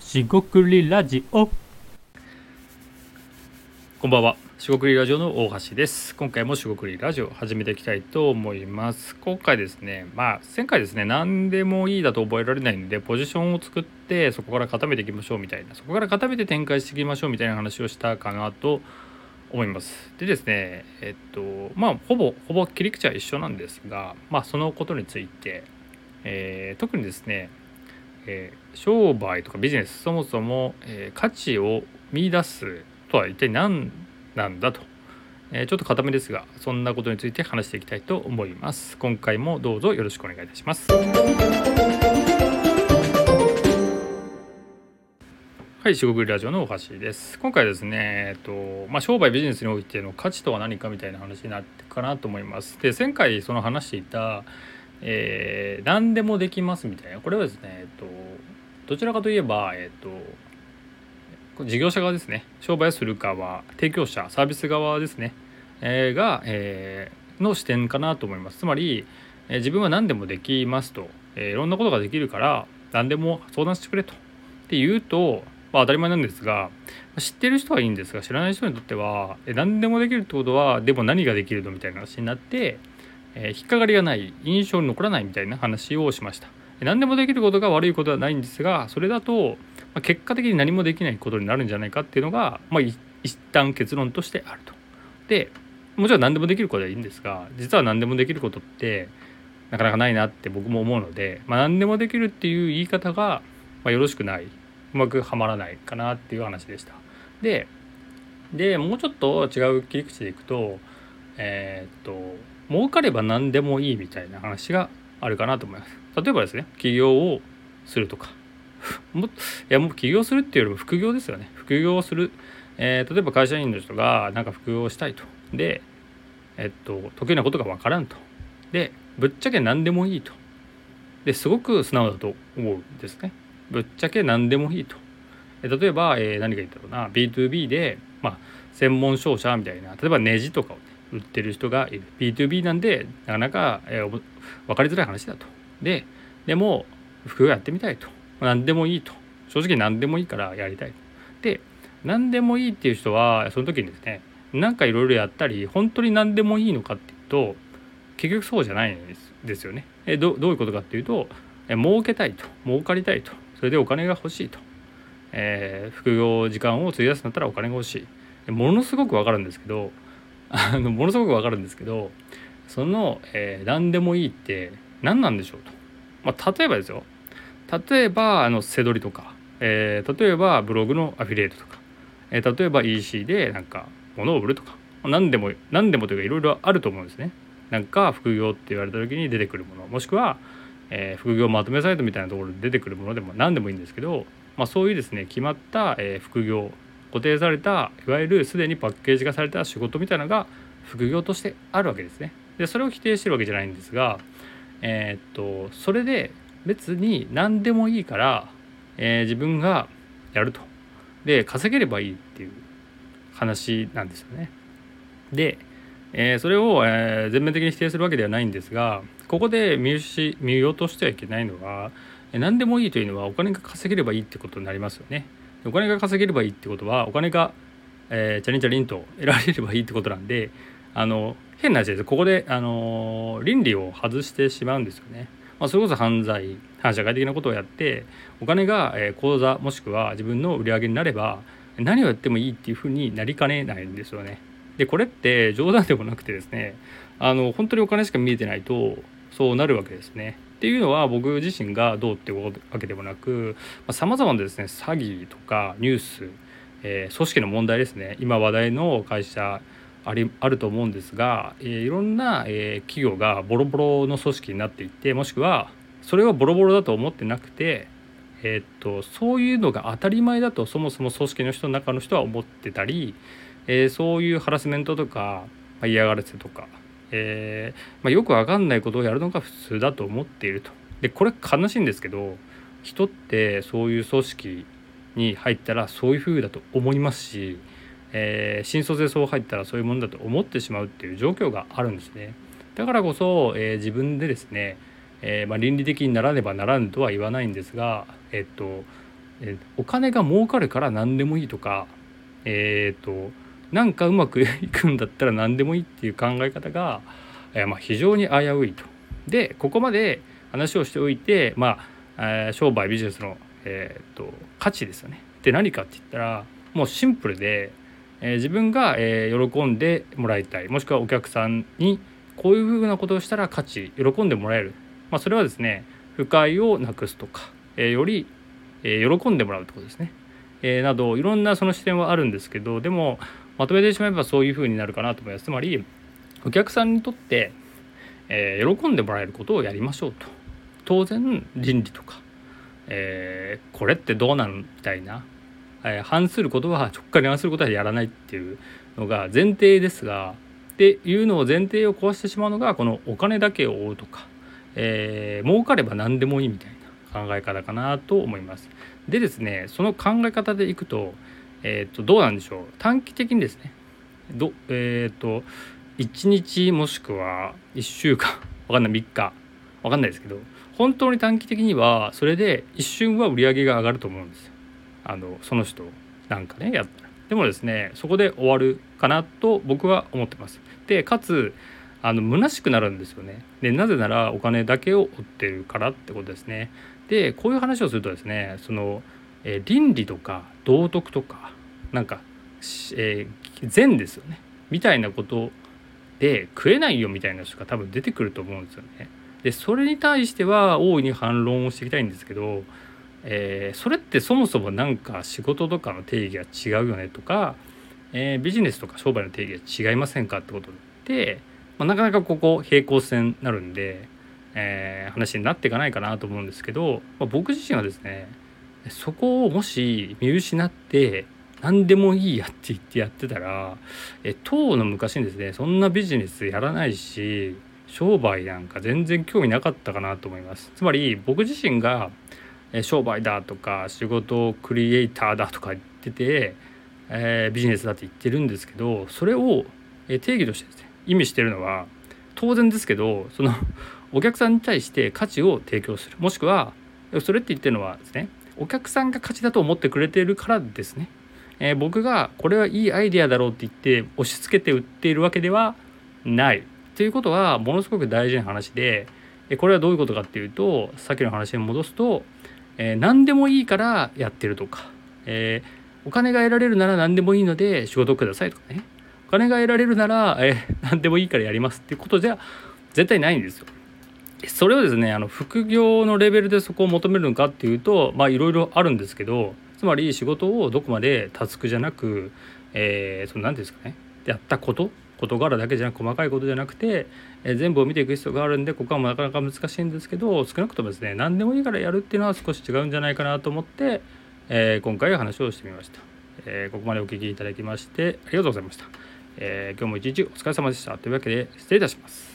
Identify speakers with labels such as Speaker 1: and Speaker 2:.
Speaker 1: しごくりラジオ。こんばんは、しごくりラジオの大橋です。今回もしごくりラジオを始めていきたいと思います。今回ですね、前回ですね、何でもいいだと覚えられないのでポジションを作ってそこから固めていきましょうみたいな、そこから固めて展開していきましょうみたいな話をしたかなと思います。でですね、ほぼ切り口は一緒なんですが、そのことについて、特にですね、商売とかビジネス、そもそも、価値を見出すとは一体何なんだと、ちょっと固めですがそんなことについて話していきたいと思います。今回もどうぞよろしくお願いいたします。はい、しごくりラジオの大橋です。今回ですね、商売ビジネスにおいての価値とは何かみたいな話になってかなと思います。で、前回その話していた、何でもできますみたいな、これはですね、どちらかといえば、事業者側ですね、商売をする側、提供者、サービス側ですね、の視点かなと思います。つまり、自分は何でもできますと、いろんなことができるから何でも相談してくれとって言うと、当たり前なんですが、知ってる人はいいんですが、知らない人にとっては何でもできるってことはでも何ができるのみたいな話になって、引っかかりがない、印象に残らないみたいな話をしました。何でもできることが悪いことはないんですが、それだと結果的に何もできないことになるんじゃないかっていうのが、一旦結論としてあると。で、もちろん何でもできることはいいんですが、実は何でもできることってなかなかないなって僕も思うので、何でもできるっていう言い方が、よろしくない、うまくはまらないかなっていう話でした。でもうちょっと違う切り口でいくと、儲かれば何でもいいみたいな話があるかなと思います。例えばですね、起業をするとかもう起業するっていうよりも副業ですよね。副業をする、例えば会社員の人がなんか副業をしたいと。で、得意なことが分からんと。で、ぶっちゃけ何でもいいと。ですごく素直だと思うんですね。ぶっちゃけ何でもいいと。例えば、何が言ったろうな、 B2B で、専門商社みたいな、例えばネジとかを、ね、売ってる人がいる。 B2B なんでなかなか、分かりづらい話だと。でも副業やってみたいと。何でもいいと。正直何でもいいからやりたい。で、何でもいいっていう人はその時にですね、なんかいろいろやったり、本当に何でもいいのかっていうと結局そうじゃないんですよね。どういうことかっていうと、儲けたいと、儲かりたいと、それでお金が欲しいと、副業時間を費やすんだったらお金が欲しい、ものすごくわかるんですけどものすごくわかるんですけど、その、何でもいいって何なんでしょうと。例えばですよ、例えば背取りとか、例えばブログのアフィリエイトとか、例えば EC でなんか物を売るとか、何でもというかいろいろあると思うんですね。なんか副業って言われた時に出てくるもの、もしくは、副業まとめサイトみたいなところで出てくるものでも何でもいいんですけど、そういうですね、決まった、副業、固定された、いわゆるすでにパッケージ化された仕事みたいなのが副業としてあるわけですね。でそれを否定してるわけじゃないんですが、それで別に何でもいいから、自分がやると。で稼げればいいっていう話なんですよね。で、それを、全面的に否定するわけではないんですが、ここで見落としてはいけないのは、何でもいいというのはお金が稼げればいいってことになりますよね。お金が稼げればいいってことはお金が、チャリンチャリンと得られればいいってことなんで、変な話です。ここで、倫理を外してしまうんですよね。それこそ犯罪、反社会的なことをやってお金が、口座もしくは自分の売り上げになれば何をやってもいいっていうふうになりかねないんですよね。でこれって冗談でもなくてですね、本当にお金しか見えてないとそうなるわけですね。っていうのは僕自身がどうってわけでもなく、さまざまなですね、詐欺とかニュース、組織の問題ですね、今話題の会社あると思うんですが、いろんな、企業がボロボロの組織になっていって、もしくはそれはボロボロだと思ってなくて、そういうのが当たり前だとそもそも組織の人の中の人は思ってたり、そういうハラスメントとか、嫌がらせとか、よくわかんないことをやるのが普通だと思っていると。でこれ悲しいんですけど、人ってそういう組織に入ったらそういう風だと思いますし、新卒でそう入ったらそういうものだと思ってしまうっていう状況があるんですね。だからこそ、自分でですね、倫理的にならねばならぬとは言わないんですが、 お金が儲かるから何でもいいとか、なんかうまくいくんだったら何でもいいっていう考え方が、非常に危ういと。でここまで話をしておいて、商売ビジネスの、価値ですよね。で何かって言ったらもうシンプルで、自分が、喜んでもらいたい、もしくはお客さんにこういうふうなことをしたら価値喜んでもらえる、それはですね不快をなくすとか、より、喜んでもらうってことですね、などいろんなその視点はあるんですけど、でもまとめてしまえばそういうふうになるかなと思います。つまりお客さんにとって、喜んでもらえることをやりましょうと。当然倫理とか、これってどうなんみたいな、反することは直感に反することはやらないっていうのが前提ですが、っていうのを前提を壊してしまうのがこのお金だけを追うとか、儲かれば何でもいいみたいな考え方かなと思います。でですね、その考え方でいくと、どうなんでしょう。短期的にですね、1日もしくは1週間わかんない、3日わかんないですけど、本当に短期的にはそれで一瞬は売り上げが上がると思うんですよ。その人なんかねやったら。でもですねそこで終わるかなと僕は思ってます。でかつ虚しくなるんですよね。でなぜならお金だけを追ってるからってことですね。でこういう話をするとですね、倫理とか道徳とかなんか、善ですよねみたいなことで食えないよみたいな人が多分出てくると思うんですよね。でそれに対しては大いに反論をしていきたいんですけど、それってそもそもなんか仕事とかの定義が違うよねとか、ビジネスとか商売の定義が違いませんかってことで、なかなかここ平行線になるんで、話になっていかないかなと思うんですけど、僕自身はですねそこをもし見失って何でもいいやって言ってやってたら、当の昔にですねそんなビジネスやらないし商売なんか全然興味なかったかなと思います。つまり僕自身が商売だとか仕事クリエイターだとか言ってて、ビジネスだって言ってるんですけど、それを定義としてですね意味してるのは当然ですけど、そのお客さんに対して価値を提供する、もしくはそれって言ってるのはですねお客さんが価値だと思ってくれているからですね。僕がこれはいいアイデアだろうって言って押し付けて売っているわけではないということはものすごく大事な話で、これはどういうことかっていうと、さっきの話に戻すと、何でもいいからやってるとか、お金が得られるなら何でもいいので仕事をくださいとかね、お金が得られるなら、何でもいいからやりますっていうことじゃ絶対ないんですよ。それをですね副業のレベルでそこを求めるのかっていうといろいろあるんですけど、つまり仕事をどこまでタスクじゃなく、何ていうんですかね、やった事柄だけじゃなく細かいことじゃなくて、全部を見ていく必要があるんで、ここはなかなか難しいんですけど、少なくともですね何でもいいからやるっていうのは少し違うんじゃないかなと思って、今回話をしてみました。ここまでお聞きいただきましてありがとうございました。今日も一日お疲れ様でした。というわけで失礼いたします。